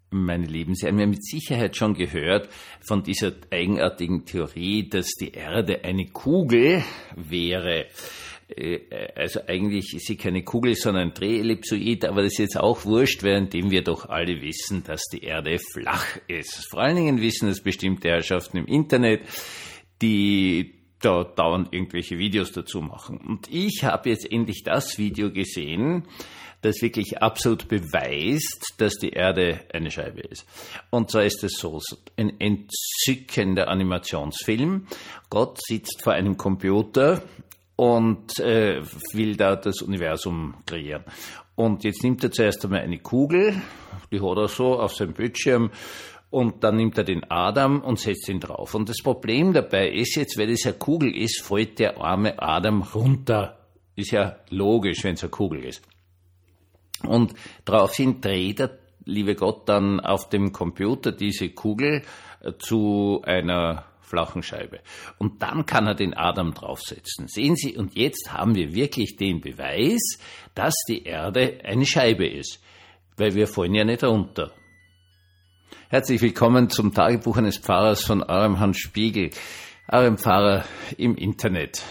Meine Lieben, Sie haben ja mit Sicherheit schon gehört von dieser eigenartigen Theorie, dass die Erde eine Kugel wäre. Also eigentlich ist sie keine Kugel, sondern ein Drehellipsoid, aber das ist jetzt auch wurscht, währenddem wir doch alle wissen, dass die Erde flach ist. Vor allen Dingen wissen das bestimmte Herrschaften im Internet, die da dauernd irgendwelche Videos dazu machen. Und ich habe jetzt endlich das Video gesehen, das wirklich absolut beweist, dass die Erde eine Scheibe ist. Und zwar ist es so, ein entzückender Animationsfilm. Gott sitzt vor einem Computer und will da das Universum kreieren. Und jetzt nimmt er zuerst einmal eine Kugel, die hat er so auf seinem Bildschirm, und dann nimmt er den Adam und setzt ihn drauf. Und das Problem dabei ist jetzt, weil es eine Kugel ist, fällt der arme Adam runter. Ist ja logisch, wenn es eine Kugel ist. Und daraufhin dreht der liebe Gott dann auf dem Computer diese Kugel zu einer flachen Scheibe. Und dann kann er den Adam draufsetzen. Sehen Sie, und jetzt haben wir wirklich den Beweis, dass die Erde eine Scheibe ist. Weil wir fallen ja nicht runter. Herzlich willkommen zum Tagebuch eines Pfarrers von eurem Hans Spiegel, eurem Pfarrer im Internet.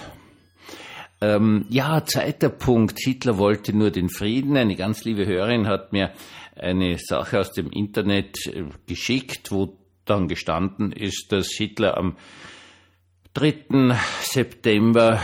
Zweiter Punkt. Hitler wollte nur den Frieden. Eine ganz liebe Hörerin hat mir eine Sache aus dem Internet geschickt, wo dann gestanden ist, dass Hitler am 3. September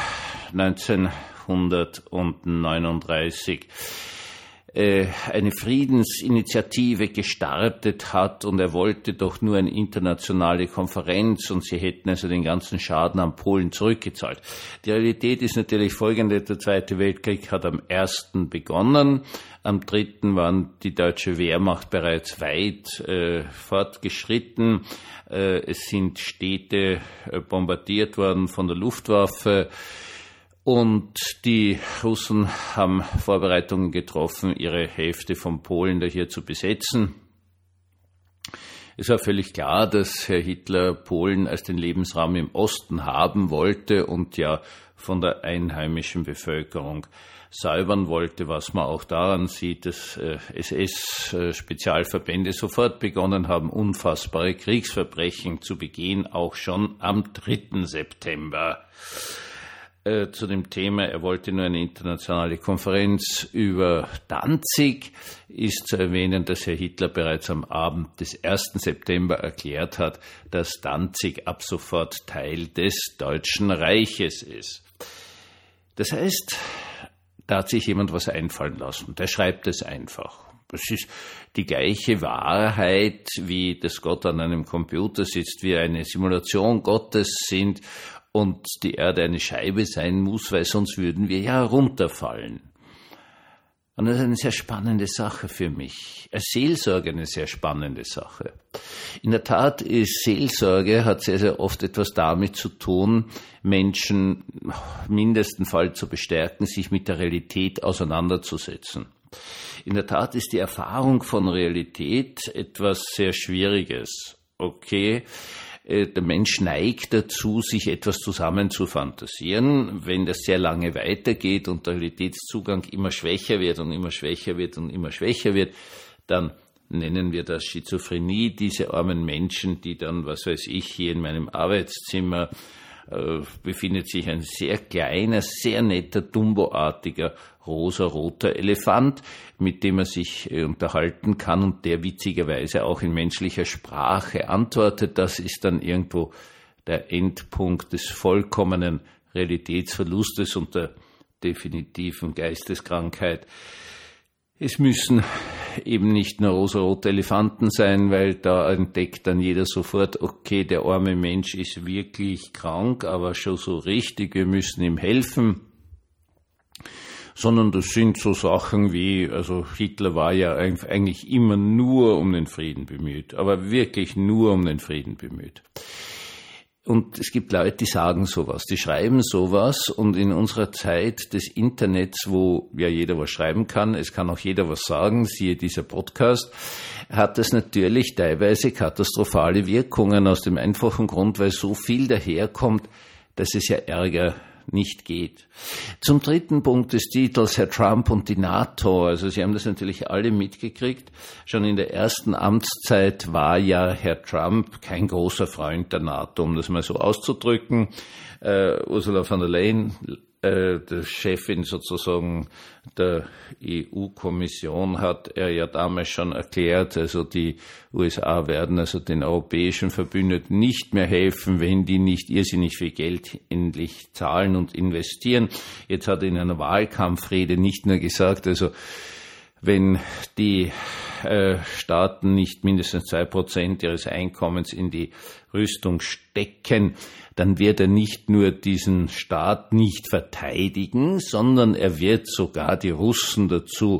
1939 eine Friedensinitiative gestartet hat und er wollte doch nur eine internationale Konferenz und sie hätten also den ganzen Schaden an Polen zurückgezahlt. Die Realität ist natürlich folgende: Der Zweite Weltkrieg hat am 1. begonnen, am 3. waren die deutsche Wehrmacht bereits weit fortgeschritten, es sind Städte bombardiert worden von der Luftwaffe. Und die Russen haben Vorbereitungen getroffen, ihre Hälfte von Polen da hier zu besetzen. Es war völlig klar, dass Herr Hitler Polen als den Lebensraum im Osten haben wollte und ja von der einheimischen Bevölkerung säubern wollte, was man auch daran sieht, dass SS-Spezialverbände sofort begonnen haben, unfassbare Kriegsverbrechen zu begehen, auch schon am 3. September. Zu dem Thema, er wollte nur eine internationale Konferenz über Danzig, ist zu erwähnen, dass Herr Hitler bereits am Abend des 1. September erklärt hat, dass Danzig ab sofort Teil des Deutschen Reiches ist. Das heißt, da hat sich jemand was einfallen lassen. Der schreibt es einfach. Das ist die gleiche Wahrheit, wie dass Gott an einem Computer sitzt, wir eine Simulation Gottes sind und die Erde eine Scheibe sein muss, weil sonst würden wir ja runterfallen. Und das ist eine sehr spannende Sache für mich. Als Seelsorge eine sehr spannende Sache. In der Tat ist Seelsorge, hat sehr, sehr oft etwas damit zu tun, Menschen im mindesten Fall zu bestärken, sich mit der Realität auseinanderzusetzen. In der Tat ist die Erfahrung von Realität etwas sehr Schwieriges. Okay, der Mensch neigt dazu, sich etwas zusammen zu fantasieren. Wenn das sehr lange weitergeht und der Realitätszugang immer schwächer wird und immer schwächer wird und immer schwächer wird, dann nennen wir das Schizophrenie, diese armen Menschen, die dann, was weiß ich, hier in meinem Arbeitszimmer befindet sich ein sehr kleiner, sehr netter, Dumbo-artiger, rosa-roter Elefant, mit dem er sich unterhalten kann und der witzigerweise auch in menschlicher Sprache antwortet. Das ist dann irgendwo der Endpunkt des vollkommenen Realitätsverlustes und der definitiven Geisteskrankheit. Es müssen eben nicht nur rosarote Elefanten sein, weil da entdeckt dann jeder sofort, okay, der arme Mensch ist wirklich krank, aber schon so richtig, wir müssen ihm helfen. Sondern das sind so Sachen wie, also Hitler war ja eigentlich immer nur um den Frieden bemüht, aber wirklich nur um den Frieden bemüht. Und es gibt Leute, die sagen sowas, die schreiben sowas und in unserer Zeit des Internets, wo ja jeder was schreiben kann, es kann auch jeder was sagen, siehe dieser Podcast, hat das natürlich teilweise katastrophale Wirkungen aus dem einfachen Grund, weil so viel daherkommt, dass es ja Ärger nicht geht. Zum dritten Punkt des Titels, Herr Trump und die NATO. Also Sie haben das natürlich alle mitgekriegt. Schon in der ersten Amtszeit war ja Herr Trump kein großer Freund der NATO, um das mal so auszudrücken. Ursula von der Leyen, der Chefin sozusagen der EU-Kommission, hat er ja damals schon erklärt, also die USA werden also den europäischen Verbündeten nicht mehr helfen, wenn die nicht irrsinnig viel Geld endlich zahlen und investieren. Jetzt hat er in einer Wahlkampfrede nicht nur gesagt, also wenn die Staaten nicht mindestens 2% ihres Einkommens in die Rüstung stecken, dann wird er nicht nur diesen Staat nicht verteidigen, sondern er wird sogar die Russen dazu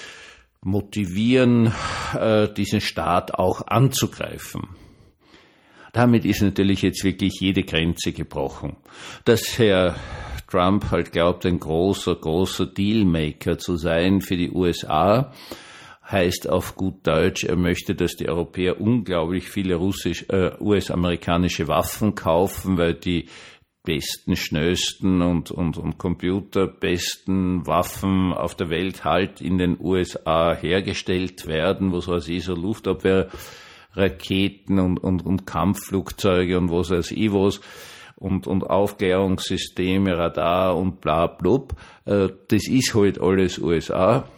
motivieren, diesen Staat auch anzugreifen. Damit ist natürlich jetzt wirklich jede Grenze gebrochen. Dass Herr Trump halt glaubt, ein großer Dealmaker zu sein für die USA, heißt auf gut Deutsch, er möchte, dass die Europäer unglaublich viele US-amerikanische Waffen kaufen, weil die besten, schnellsten und computerbesten Waffen auf der Welt halt in den USA hergestellt werden, was weiß ich, so Luftabwehrraketen und Kampfflugzeuge und was weiß ich was. Und Aufklärungssysteme, Radar und bla blub. Das ist halt alles USA.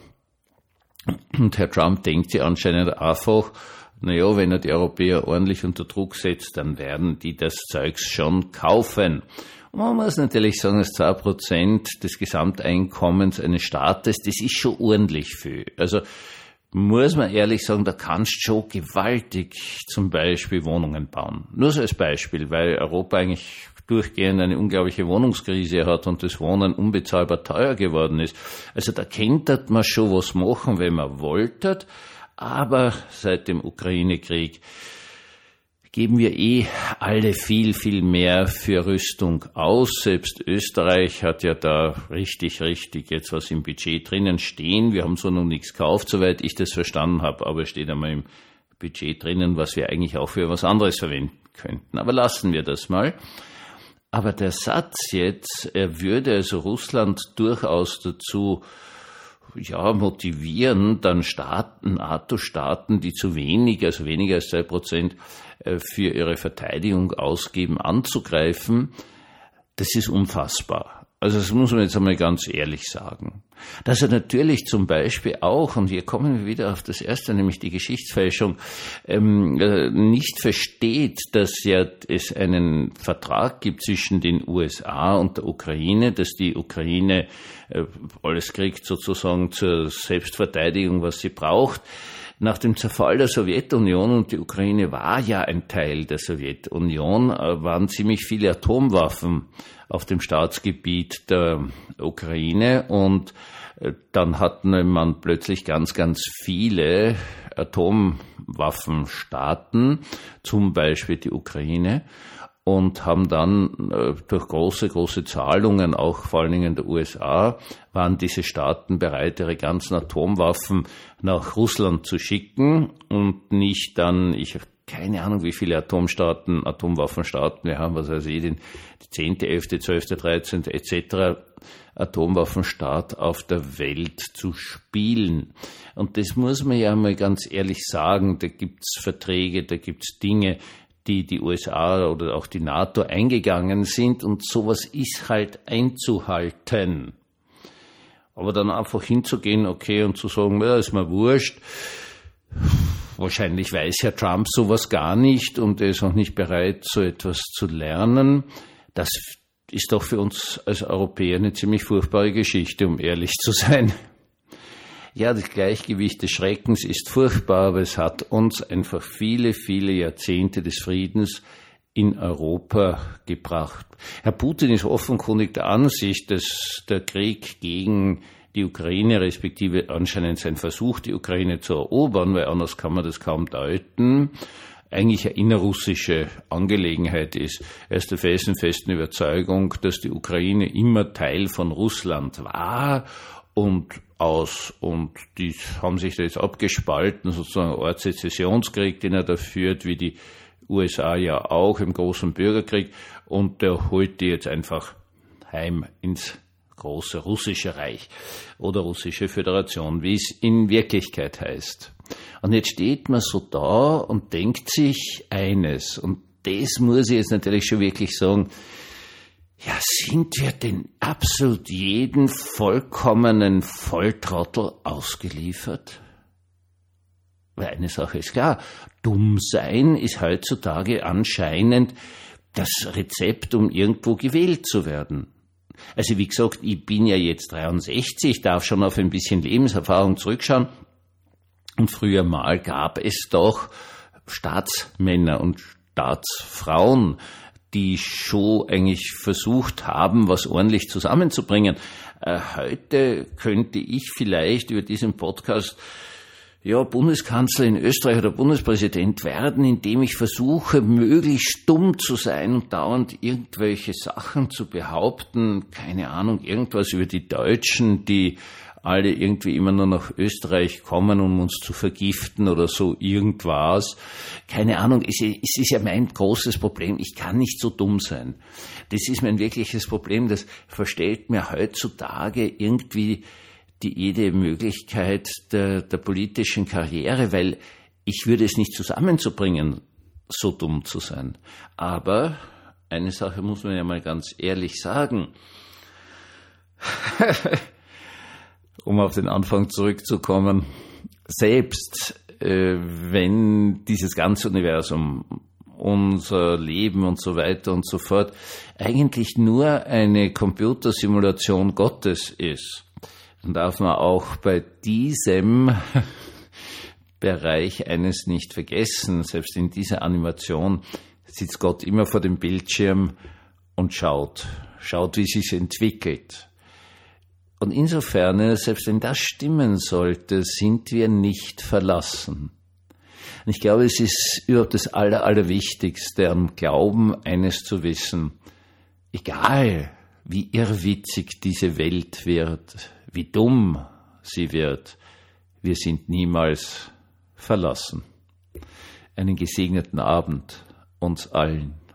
Und Herr Trump denkt sich anscheinend einfach, naja, wenn er die Europäer ordentlich unter Druck setzt, dann werden die das Zeugs schon kaufen. Und man muss natürlich sagen, dass 2% des Gesamteinkommens eines Staates, das ist schon ordentlich viel. Also muss man ehrlich sagen, da kannst du schon gewaltig zum Beispiel Wohnungen bauen. Nur so als Beispiel, weil Europa eigentlich durchgehend eine unglaubliche Wohnungskrise hat und das Wohnen unbezahlbar teuer geworden ist. Also da könnte man schon was machen, wenn man wollte, aber seit dem Ukraine-Krieg geben wir alle viel, viel mehr für Rüstung aus. Selbst Österreich hat ja da richtig jetzt was im Budget drinnen stehen. Wir haben so noch nichts gekauft, soweit ich das verstanden habe, aber es steht einmal im Budget drinnen, was wir eigentlich auch für was anderes verwenden könnten. Aber lassen wir das mal. Aber der Satz jetzt, er würde also Russland durchaus dazu motivieren, dann Staaten, NATO-Staaten, die zu wenig, also weniger als 2% für ihre Verteidigung ausgeben, anzugreifen, das ist unfassbar. Also das muss man jetzt einmal ganz ehrlich sagen. Dass er natürlich zum Beispiel auch, und hier kommen wir wieder auf das Erste, nämlich die Geschichtsfälschung, nicht versteht, dass ja es einen Vertrag gibt zwischen den USA und der Ukraine, dass die Ukraine alles kriegt sozusagen zur Selbstverteidigung, was sie braucht. Nach dem Zerfall der Sowjetunion, und die Ukraine war ja ein Teil der Sowjetunion, waren ziemlich viele Atomwaffen auf dem Staatsgebiet der Ukraine, und dann hatten man plötzlich ganz viele Atomwaffenstaaten, zum Beispiel die Ukraine, und haben dann durch große Zahlungen, auch vor allen Dingen der USA, waren diese Staaten bereit, ihre ganzen Atomwaffen nach Russland zu schicken und nicht dann, keine Ahnung, wie viele Atomwaffenstaaten wir haben, was weiß ich, die 10., 11., 12., 13. etc. Atomwaffenstaat auf der Welt zu spielen. Und das muss man ja mal ganz ehrlich sagen, da gibt's Verträge, da gibt's Dinge, die USA oder auch die NATO eingegangen sind, und sowas ist halt einzuhalten. Aber dann einfach hinzugehen, okay, und zu sagen, ja, ist mir wurscht, wahrscheinlich weiß Herr Trump sowas gar nicht und er ist auch nicht bereit, so etwas zu lernen, das ist doch für uns als Europäer eine ziemlich furchtbare Geschichte, um ehrlich zu sein. Ja, das Gleichgewicht des Schreckens ist furchtbar, aber es hat uns einfach viele Jahrzehnte des Friedens in Europa gebracht. Herr Putin ist offenkundig der Ansicht, dass der Krieg gegen die Ukraine, respektive anscheinend sein Versuch, die Ukraine zu erobern, weil anders kann man das kaum deuten, eigentlich eine innerrussische Angelegenheit ist. Er ist der felsenfesten Überzeugung, dass die Ukraine immer Teil von Russland war und die haben sich da jetzt abgespalten, sozusagen eine Art Sezessionskrieg, den er da führt, wie die USA ja auch im großen Bürgerkrieg, und der holt die jetzt einfach heim ins große russische Reich oder russische Föderation, wie es in Wirklichkeit heißt. Und jetzt steht man so da und denkt sich eines, und das muss ich jetzt natürlich schon wirklich sagen, ja, sind wir denn absolut jeden vollkommenen Volltrottel ausgeliefert? Weil eine Sache ist klar, dumm sein ist heutzutage anscheinend das Rezept, um irgendwo gewählt zu werden. Also wie gesagt, ich bin ja jetzt 63, darf schon auf ein bisschen Lebenserfahrung zurückschauen. Und früher mal gab es doch Staatsmänner und Staatsfrauen, die schon eigentlich versucht haben, was ordentlich zusammenzubringen. Heute könnte ich vielleicht über diesen Podcast Bundeskanzler in Österreich oder Bundespräsident werden, indem ich versuche, möglichst dumm zu sein und dauernd irgendwelche Sachen zu behaupten. Keine Ahnung, irgendwas über die Deutschen, die alle irgendwie immer nur nach Österreich kommen, um uns zu vergiften oder so irgendwas. Keine Ahnung, es ist ja mein großes Problem. Ich kann nicht so dumm sein. Das ist mein wirkliches Problem. Das verstellt mir heutzutage irgendwie jede Möglichkeit der politischen Karriere, weil ich würde es nicht zusammenzubringen, so dumm zu sein. Aber eine Sache muss man ja mal ganz ehrlich sagen. Um auf den Anfang zurückzukommen, selbst wenn dieses ganze Universum, unser Leben und so weiter und so fort eigentlich nur eine Computersimulation Gottes ist, dann darf man auch bei diesem Bereich eines nicht vergessen. Selbst in dieser Animation sitzt Gott immer vor dem Bildschirm und schaut, wie es sich entwickelt. Und insofern, selbst wenn das stimmen sollte, sind wir nicht verlassen. Und ich glaube, es ist überhaupt das Allerwichtigste am Glauben, eines zu wissen. Egal, wie irrwitzig diese Welt wird, wie dumm sie wird, wir sind niemals verlassen. Einen gesegneten Abend uns allen.